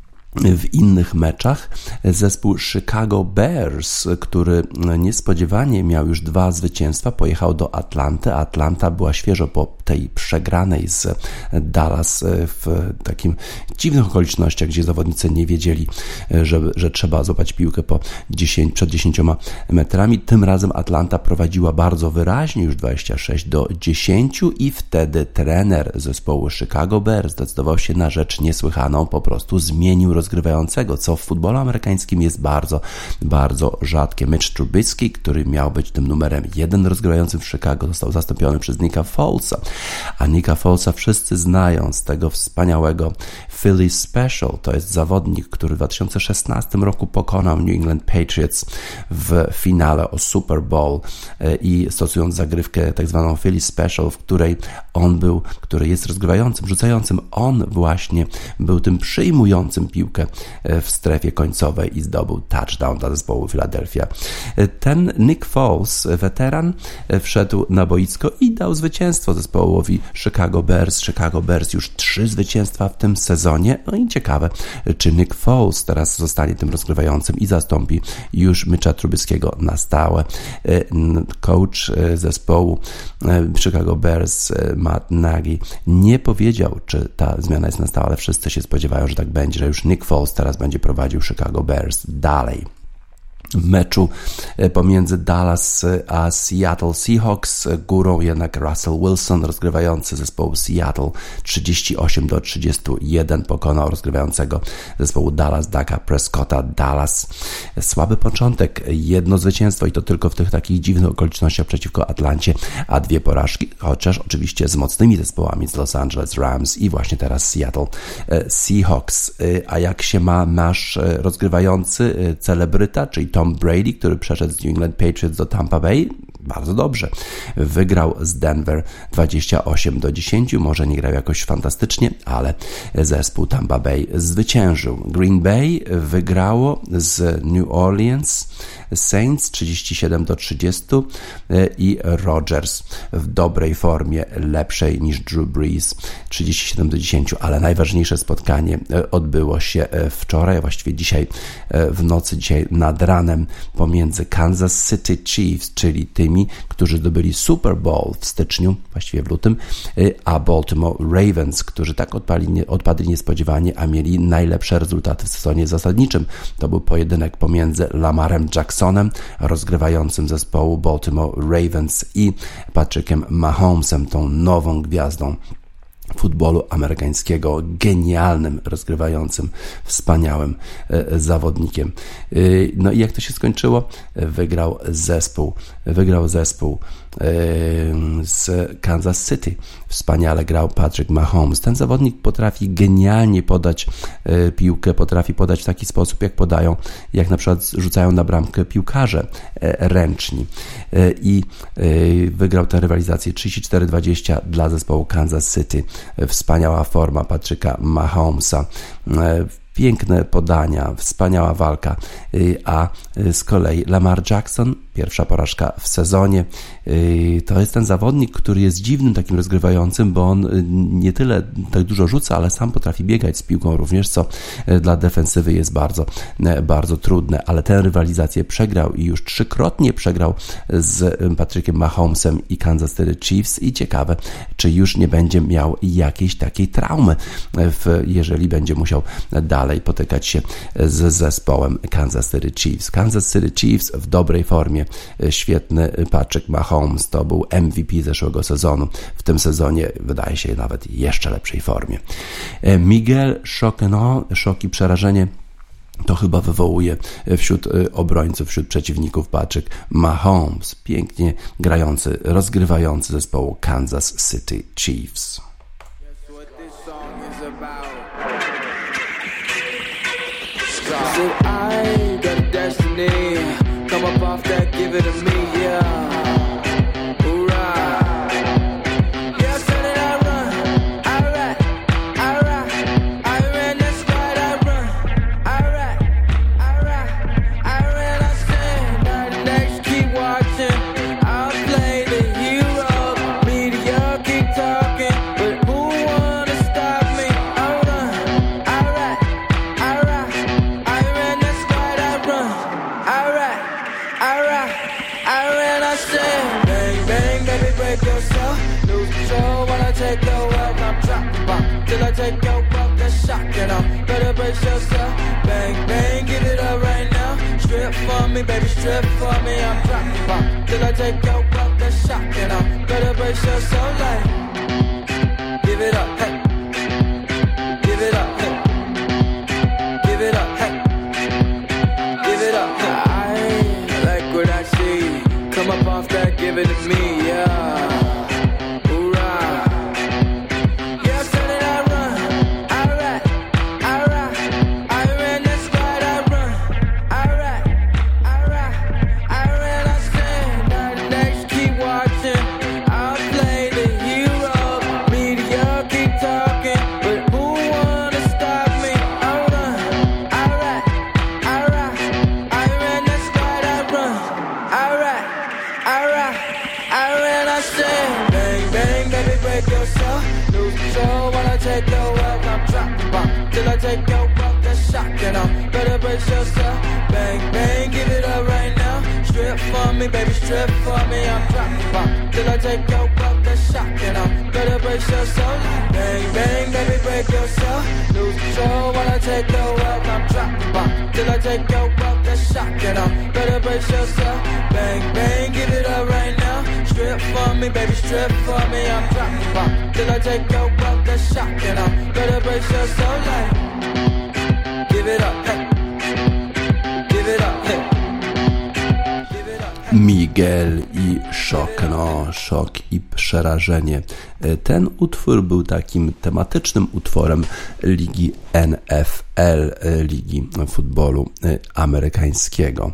W innych meczach zespół Chicago Bears, który niespodziewanie miał już dwa zwycięstwa, pojechał do Atlanty. Atlanta była świeżo po tej przegranej z Dallas w takim dziwnych okolicznościach, gdzie zawodnicy nie wiedzieli, że, że trzeba złapać piłkę po dziesięć, przed dziesięcioma metrami. Tym razem Atlanta prowadziła bardzo wyraźnie, już dwadzieścia sześć do dziesięciu i wtedy trener zespołu Chicago Bears zdecydował się na rzecz niesłychaną, po prostu zmienił rozgrywającego, co w futbolu amerykańskim jest bardzo, bardzo rzadkie. Mitch Trubisky, który miał być tym numerem jeden rozgrywającym w Chicago, został zastąpiony przez Nicka Folesa, a Nicka Folesa wszyscy znają z tego wspaniałego Philly Special. To jest zawodnik, który w dwa tysiące szesnastym roku pokonał New England Patriots w finale o Super Bowl i stosując zagrywkę tak zwaną Philly Special, w której on był, który jest rozgrywającym, rzucającym, on właśnie był tym przyjmującym piłkę w strefie końcowej i zdobył touchdown dla zespołu Philadelphia. Ten Nick Foles, weteran, wszedł na boisko i dał zwycięstwo zespołowi Chicago Bears. Chicago Bears już trzy zwycięstwa w tym sezonie. No i ciekawe, czy Nick Foles teraz zostanie tym rozgrywającym i zastąpi już Mitcha Trubiskiego na stałe. Coach zespołu Chicago Bears, Matt Nagy, nie powiedział, czy ta zmiana jest na stałe, ale wszyscy się spodziewają, że tak będzie, że już Nick Foles teraz będzie prowadził Chicago Bears dalej. W meczu pomiędzy Dallas a Seattle Seahawks górą jednak Russell Wilson, rozgrywający zespołu Seattle, trzydzieści osiem do trzydziestu jeden pokonał rozgrywającego zespołu Dallas Daka Prescotta. Dallas słaby początek, jedno zwycięstwo i to tylko w tych takich dziwnych okolicznościach przeciwko Atlancie, a dwie porażki, chociaż oczywiście z mocnymi zespołami z Los Angeles Rams i właśnie teraz Seattle Seahawks. A jak się ma nasz rozgrywający celebryta, czyli Tom Brady, który przeszedł z New England Patriots do Tampa Bay? Bardzo dobrze. Wygrał z Denver dwadzieścia osiem do dziesięciu. Może nie grał jakoś fantastycznie, ale zespół Tampa Bay zwyciężył. Green Bay wygrało z New Orleans Saints trzydzieści siedem do trzydziestu i Rodgers w dobrej formie, lepszej niż Drew Brees, trzydzieści siedem do dziesięciu, ale najważniejsze spotkanie odbyło się wczoraj, a właściwie dzisiaj w nocy, dzisiaj nad ranem pomiędzy Kansas City Chiefs, czyli tymi, którzy zdobyli Super Bowl w styczniu, właściwie w lutym, a Baltimore Ravens, którzy tak odpadli, odpadli niespodziewanie, a mieli najlepsze rezultaty w sezonie zasadniczym. To był pojedynek pomiędzy Lamarem Jacksonem, rozgrywającym zespołu Baltimore Ravens, i Patrickiem Mahomesem, tą nową gwiazdą futbolu amerykańskiego, genialnym, rozgrywającym, wspaniałym e, zawodnikiem. E, no i jak to się skończyło? Wygrał zespół, wygrał zespół e, z Kansas City. Wspaniale grał Patrick Mahomes. Ten zawodnik potrafi genialnie podać e, piłkę, potrafi podać w taki sposób, jak podają, jak na przykład rzucają na bramkę piłkarze e, ręczni. E, I e, wygrał tę rywalizację trzydzieści cztery dwadzieścia dla zespołu Kansas City. Wspaniała forma Patricka Mahomesa. piękne podania, wspaniała walka, a z kolei Lamar Jackson, pierwsza porażka w sezonie. To jest ten zawodnik, który jest dziwnym takim rozgrywającym, bo on nie tyle tak dużo rzuca, ale sam potrafi biegać z piłką również, co dla defensywy jest bardzo, bardzo trudne, ale tę rywalizację przegrał i już trzykrotnie przegrał z Patrickiem Mahomesem i Kansas City Chiefs i ciekawe, czy już nie będzie miał jakiejś takiej traumy, w, jeżeli będzie musiał dalej potykać się z zespołem Kansas City Chiefs. Kansas City Chiefs w dobrej formie, świetny Patrick Mahomes, to był M V P zeszłego sezonu, w tym sezonie wydaje się nawet jeszcze lepszej formie. Miguel Choquenot, szok i przerażenie to chyba wywołuje wśród obrońców, wśród przeciwników Patrick Mahomes, pięknie grający, rozgrywający zespołu Kansas City Chiefs. I got a destiny, come up off that, give it to me, yeah. Yourself, bang, bang, give it up right now. Strip for me, baby, strip for me. I'm dropping bomb till I take your breath. That's shocking. I'm better brace yourself, like give it up, hey, give it up, hey, give it up, hey, give it up. Hey. I like what I see. Come up off that, give it to me, yeah. Take your breath, that's shocking. I'm better brace yourself. Bang, bang, give it up right now. Strip for me, baby, strip for me. I'm dropping bomb till I take your breath, that's shocking. I'm better brace yourself. Bang, bang, baby, break yourself. Lose control when I take your wealth. I'm dropping bomb till I take your breath, that's shocking. I'm better brace yourself. Bang, bang, give it up right now. Strip for me, baby, strip for me. I'm dropping bomb till I take your breath, that's shocking. I'm better brace yourself, like give it up, hey. Give it up, hey. Give it up, hey. Miguel i szok, no, szok i przerażenie. Ten utwór był takim tematycznym utworem ligi N F L, ligi futbolu amerykańskiego.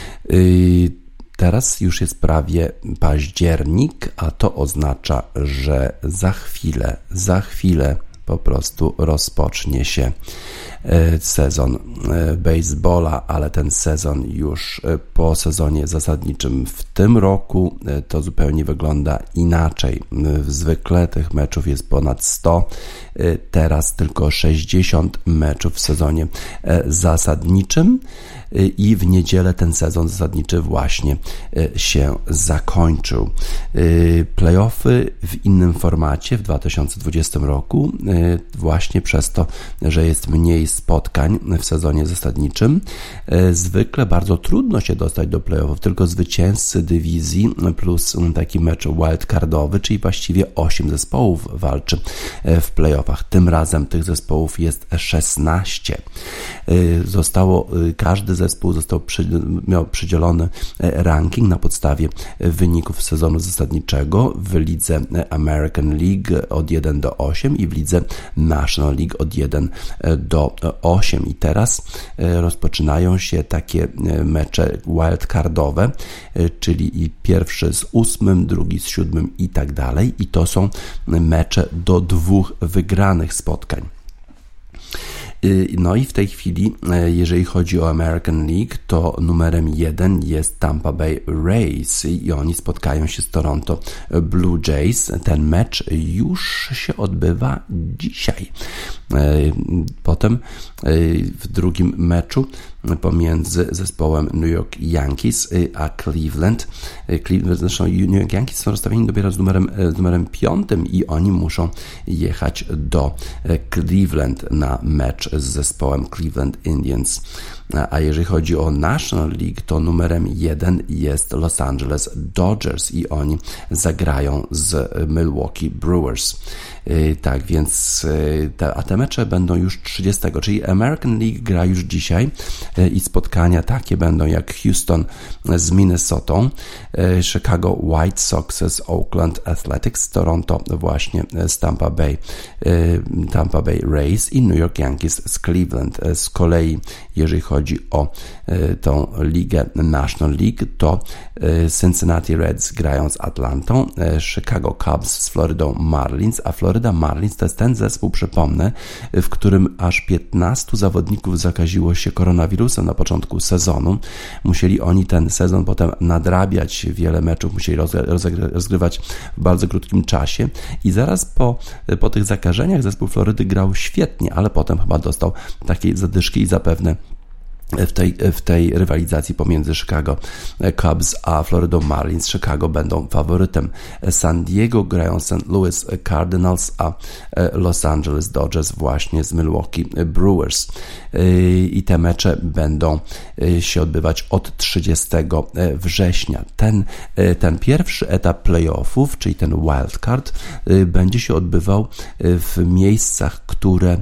Teraz już jest prawie październik, a to oznacza, że za chwilę, za chwilę po prostu rozpocznie się sezon baseballa, ale ten sezon już po sezonie zasadniczym w tym roku to zupełnie wygląda inaczej. Zwykle tych meczów jest ponad sto, teraz tylko sześćdziesiąt meczów w sezonie zasadniczym i w niedzielę ten sezon zasadniczy właśnie się zakończył. Playoffy w innym formacie w dwa tysiące dwudziestym roku, właśnie przez to, że jest mniej spotkań w sezonie zasadniczym, zwykle bardzo trudno się dostać do playoffów. Tylko zwycięzcy dywizji plus taki mecz wildcardowy, czyli właściwie osiem zespołów walczy w playoffach. Tym razem tych zespołów jest szesnaście. Zostało, każdy zespół został przy, miał przydzielony ranking na podstawie wyników sezonu zasadniczego w lidze American League od jeden do ośmiu i w lidze National League od jeden do ośmiu. I teraz rozpoczynają się takie mecze wildcardowe, czyli pierwszy z ósmym, drugi z siódmym i tak dalej. I to są mecze do dwóch wygranych spotkań. No i w tej chwili, jeżeli chodzi o American League, to numerem jeden jest Tampa Bay Rays i oni spotkają się z Toronto Blue Jays. Ten mecz już się odbywa dzisiaj. Potem w drugim meczu pomiędzy zespołem New York Yankees a Cleveland. Cleveland zresztą New York Yankees są rozstawieni dopiero z numerem, z numerem piątym i oni muszą jechać do Cleveland na mecz z zespołem Cleveland Indians. A jeżeli chodzi o National League, to numerem jeden jest Los Angeles Dodgers i oni zagrają z Milwaukee Brewers. Tak więc, te, a te mecze będą już trzydziestego, czyli American League gra już dzisiaj i spotkania takie będą jak Houston z Minnesotą, Chicago White Sox z Oakland Athletics, Toronto właśnie z Tampa Bay, Tampa Bay Rays i New York Yankees z Cleveland. Z kolei, jeżeli chodzi o tą ligę National League, to Cincinnati Reds grają z Atlantą, Chicago Cubs z Floridą Marlins, a Florida Marlins to jest ten zespół, przypomnę, w którym aż piętnastu zawodników zakaziło się koronawirusem na początku sezonu. Musieli oni ten sezon potem nadrabiać, wiele meczów musieli rozgrywać w bardzo krótkim czasie i zaraz po, po tych zakażeniach zespół Florydy grał świetnie, ale potem chyba dostał takiej zadyszki i zapewne w tej, w tej rywalizacji pomiędzy Chicago Cubs a Florida Marlins Chicago będą faworytem. San Diego grają Saint Louis Cardinals, a Los Angeles Dodgers właśnie z Milwaukee Brewers. I te mecze będą się odbywać od trzydziestego września. Ten, ten pierwszy etap playoffów, czyli ten wildcard, będzie się odbywał w miejscach, które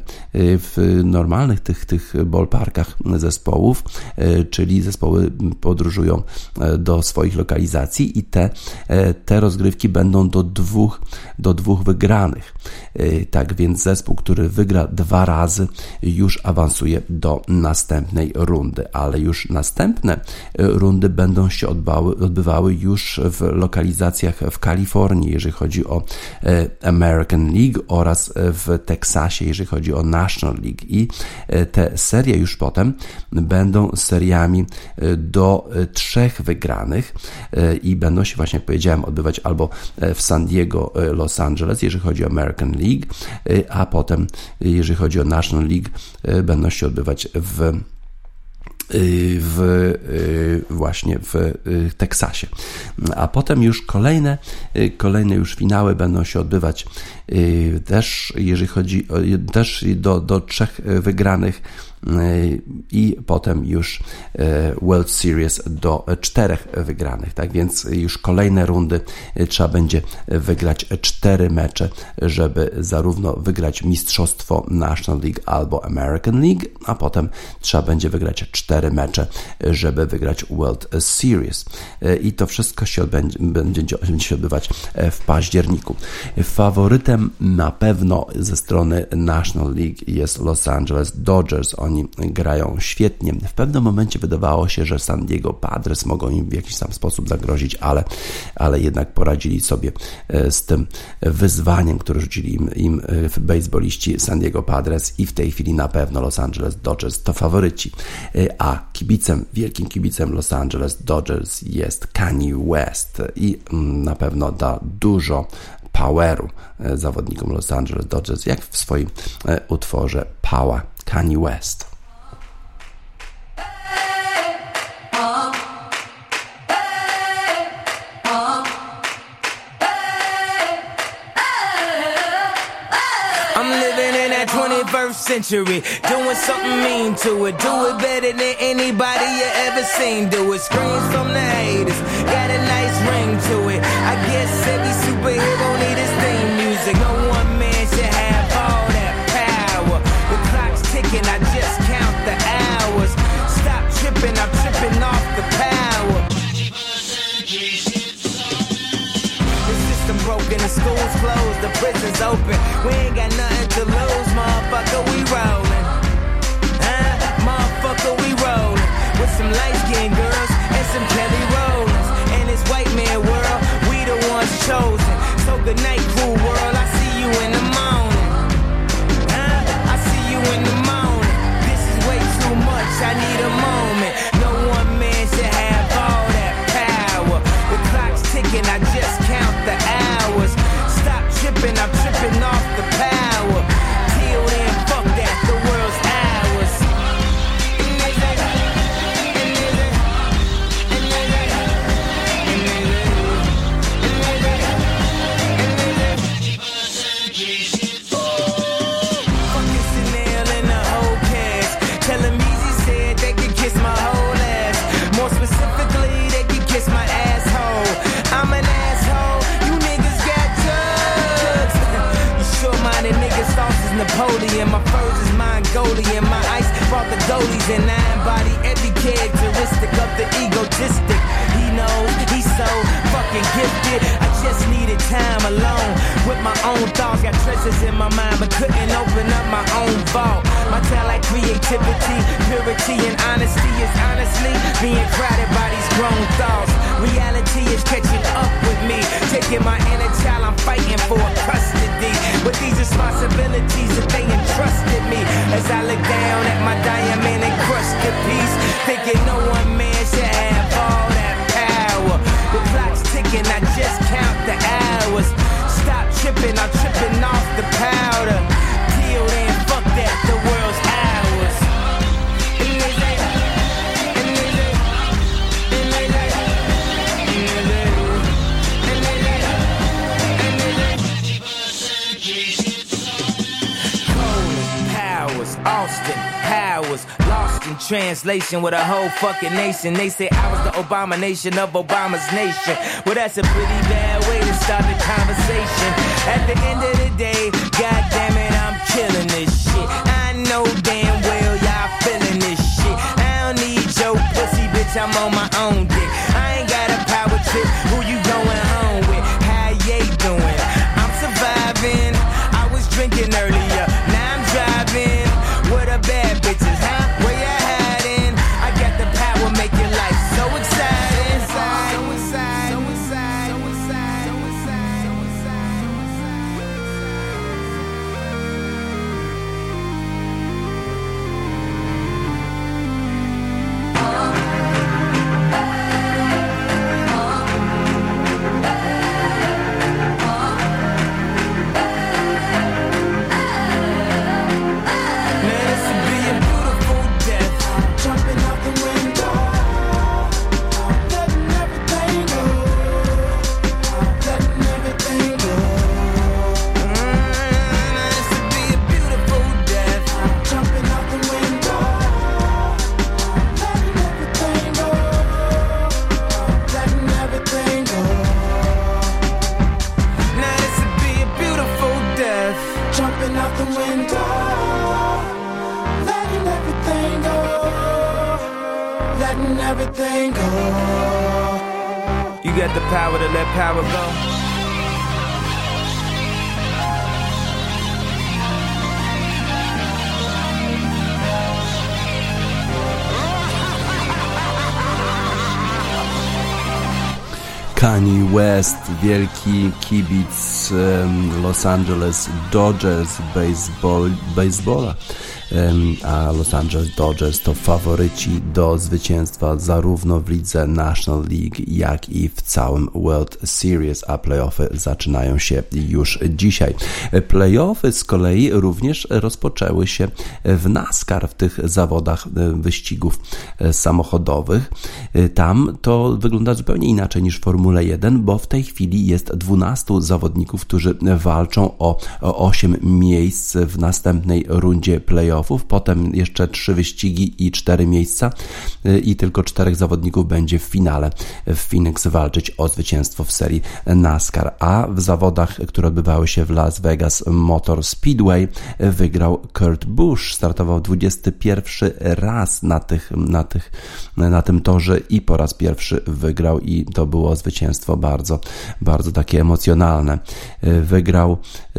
w normalnych tych, tych ballparkach zespołów, czyli zespoły podróżują do swoich lokalizacji i te, te rozgrywki będą do dwóch, do dwóch wygranych. Tak więc zespół, który wygra dwa razy, już awansuje do następnej rundy, ale już następne rundy będą się odbywały, odbywały już w lokalizacjach w Kalifornii, jeżeli chodzi o American League, oraz w Teksasie, jeżeli chodzi o National League, i te serie już potem będą seriami do trzech wygranych i będą się, właśnie jak powiedziałem, odbywać albo w San Diego, Los Angeles, jeżeli chodzi o American League, a potem, jeżeli chodzi o National League, będą się odbywać w w właśnie w Teksasie. A potem już kolejne, kolejne już finały będą się odbywać też, jeżeli chodzi o, też do, do trzech wygranych i potem już World Series do czterech wygranych. Tak więc już kolejne rundy trzeba będzie wygrać cztery mecze, żeby zarówno wygrać mistrzostwo National League albo American League, a potem trzeba będzie wygrać cztery mecze, żeby wygrać World Series. I to wszystko się odbędzie, będzie, będzie się odbywać w październiku. Faworytem na pewno ze strony National League jest Los Angeles Dodgers. Oni grają świetnie. W pewnym momencie wydawało się, że San Diego Padres mogą im w jakiś tam sposób zagrozić, ale, ale jednak poradzili sobie z tym wyzwaniem, które rzucili im, im bejsboliści San Diego Padres, i w tej chwili na pewno Los Angeles Dodgers to faworyci. A kibicem, wielkim kibicem Los Angeles Dodgers jest Kanye West i na pewno da dużo poweru zawodnikom Los Angeles Dodgers, jak w swoim utworze Power. Kanye West. twenty-first century, doing something mean to it. Do it better than anybody you ever seen do it. Screams from the haters, got a nice ring to it. I guess every superhero need his theme music. No one man should have all that power. The clock's ticking, I just count the hours. Stop tripping, I'm tripping off the power. The system broken, the school's closed, the prison's open. We ain't got nothing to lose, motherfucker, we rollin'. Huh? Motherfucker, we rollin'. With some light-skinned girls and some Kelly Rollins. In this white man world, we the ones chosen. So good night, cool world, I see you in the morning. Huh? I see you in the morning. kiss my asshole. I'm an asshole, you niggas got drugs. You short-minded niggas, sauce is Napoleon. My furs is Mongolian. My ice brought the goalies and I embody every characteristic of the egotistic. He knows he's so fucking gifted. I just needed time alone with my own thoughts. Got treasures in my mind but couldn't open up my own vault. My talent, creativity, purity and honesty is honestly being crowded by these grown thoughts. Reality is catching up with me, taking my inner child, I'm fighting for custody. With these responsibilities that they entrusted me, as I look down at my diamond encrusted piece, thinking no one man should have all that power. The clock's ticking, I just count the hours. Stop tripping, I'm tripping off the powder. Till then, fuck that, the world's ours. And they say, and they say, and they say, and they say, and they say. Colin Powers, Austin Powers, lost in translation with a whole fucking nation. They say I was the abomination of Obama's nation. Well, that's a pretty bad way to start the conversation. At the end of the day, god damn it, I'm killing this shit. I know damn well y'all feeling this shit. I don't need your pussy, bitch, I'm on my own dick. I ain't got a power trip, who you going home with? How you doing? I'm surviving. I was drinking earlier, now I'm driving. What a bad bitches, huh? Where you hiding? I got the power, make your life so exciting. So exciting, so exciting, so exciting, so exciting, so everything go. You got the power to let power go. Kanye West, wielki kibic um, Los Angeles Dodgers baseball, baseballa, um, a Los Angeles Dodgers to faworyci do zwycięstwa zarówno w lidze National League, jak i w całym World Series, a playoffy zaczynają się już dzisiaj. Playoffy z kolei również rozpoczęły się w NASCAR, w tych zawodach wyścigów samochodowych. Tam to wygląda zupełnie inaczej niż Formuła jeden, bo w tej chwili jest dwunastu zawodników, którzy walczą o osiem miejsc w następnej rundzie playoffów, potem jeszcze trzy wyścigi i cztery miejsca i tylko czterech zawodników będzie w finale w Phoenix walczyć o zwycięstwo w serii NASCAR, a w zawodach, które odbywały się w Las Vegas Motor Speedway, wygrał Kurt Busch, startował dwudziesty pierwszy raz na, tych, na, tych, na tym torze i po raz pierwszy wygrał i to było zwycięstwo bardzo, bardzo takie emocjonalne. Wygrał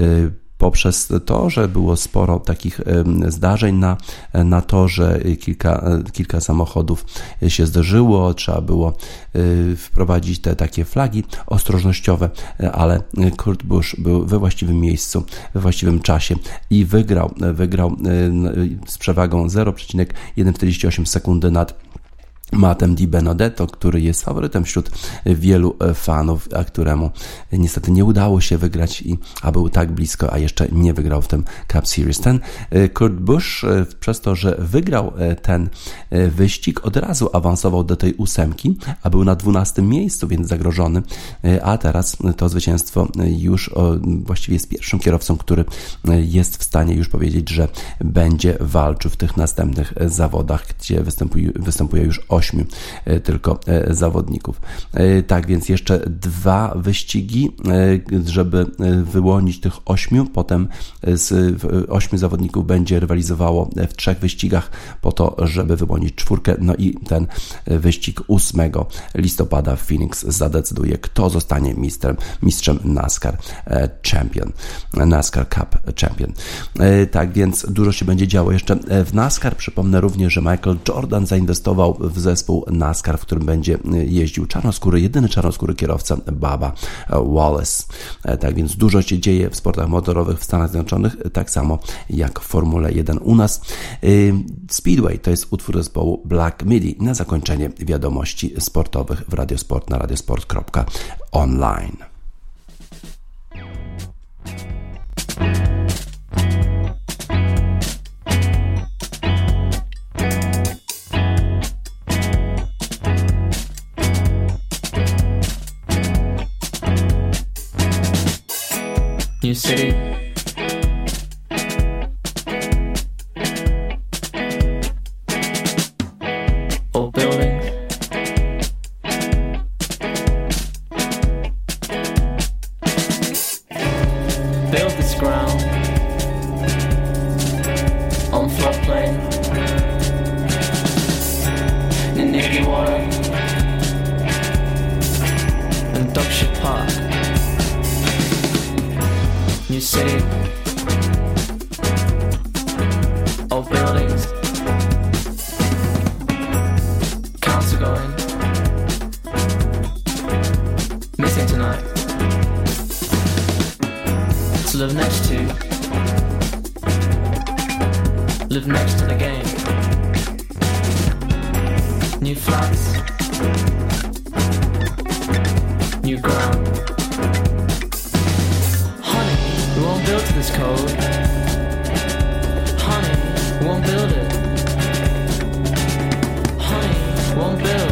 poprzez to, że było sporo takich zdarzeń na, na torze, kilka, kilka samochodów się zdarzyło, trzeba było wprowadzić te takie flagi ostrożnościowe, ale Kurt Busch był we właściwym miejscu, we właściwym czasie i wygrał, wygrał z przewagą zero przecinek jeden czterdzieści osiem sekundy nad Mattem Di Benedetto, który jest faworytem wśród wielu fanów, a któremu niestety nie udało się wygrać, i, a był tak blisko, a jeszcze nie wygrał w tym Cup Series. Ten Kurt Busch przez to, że wygrał ten wyścig, od razu awansował do tej ósemki, a był na dwunastym miejscu, więc zagrożony, a teraz to zwycięstwo już właściwie jest pierwszym kierowcą, który jest w stanie już powiedzieć, że będzie walczył w tych następnych zawodach, gdzie występuje, występuje już osiem ośmiu tylko zawodników. Tak więc jeszcze dwa wyścigi, żeby wyłonić tych ośmiu. Potem z ośmiu zawodników będzie rywalizowało w trzech wyścigach po to, żeby wyłonić czwórkę. No i ten wyścig ósmego listopada w Phoenix zadecyduje, kto zostanie mistrzem, mistrzem NASCAR Champion, NASCAR Cup Champion. Tak więc dużo się będzie działo jeszcze w NASCAR. Przypomnę również, że Michael Jordan zainwestował w zespół NASCAR, w którym będzie jeździł czarnoskóry, jedyny czarnoskóry kierowca Bubba Wallace. Tak więc dużo się dzieje w sportach motorowych w Stanach Zjednoczonych, tak samo jak w Formule jeden u nas. Speedway to jest utwór zespołu Black Midi na zakończenie wiadomości sportowych w Radiosport na radiosport kropka online. New city, old buildings, build this ground on floodplain in Navy water and Dogship Park. New city, old buildings, council going, missing tonight, to live next to, live next to the game, new flats, new ground. We won't build to this code. Honey, we won't build it. Honey, we won't build.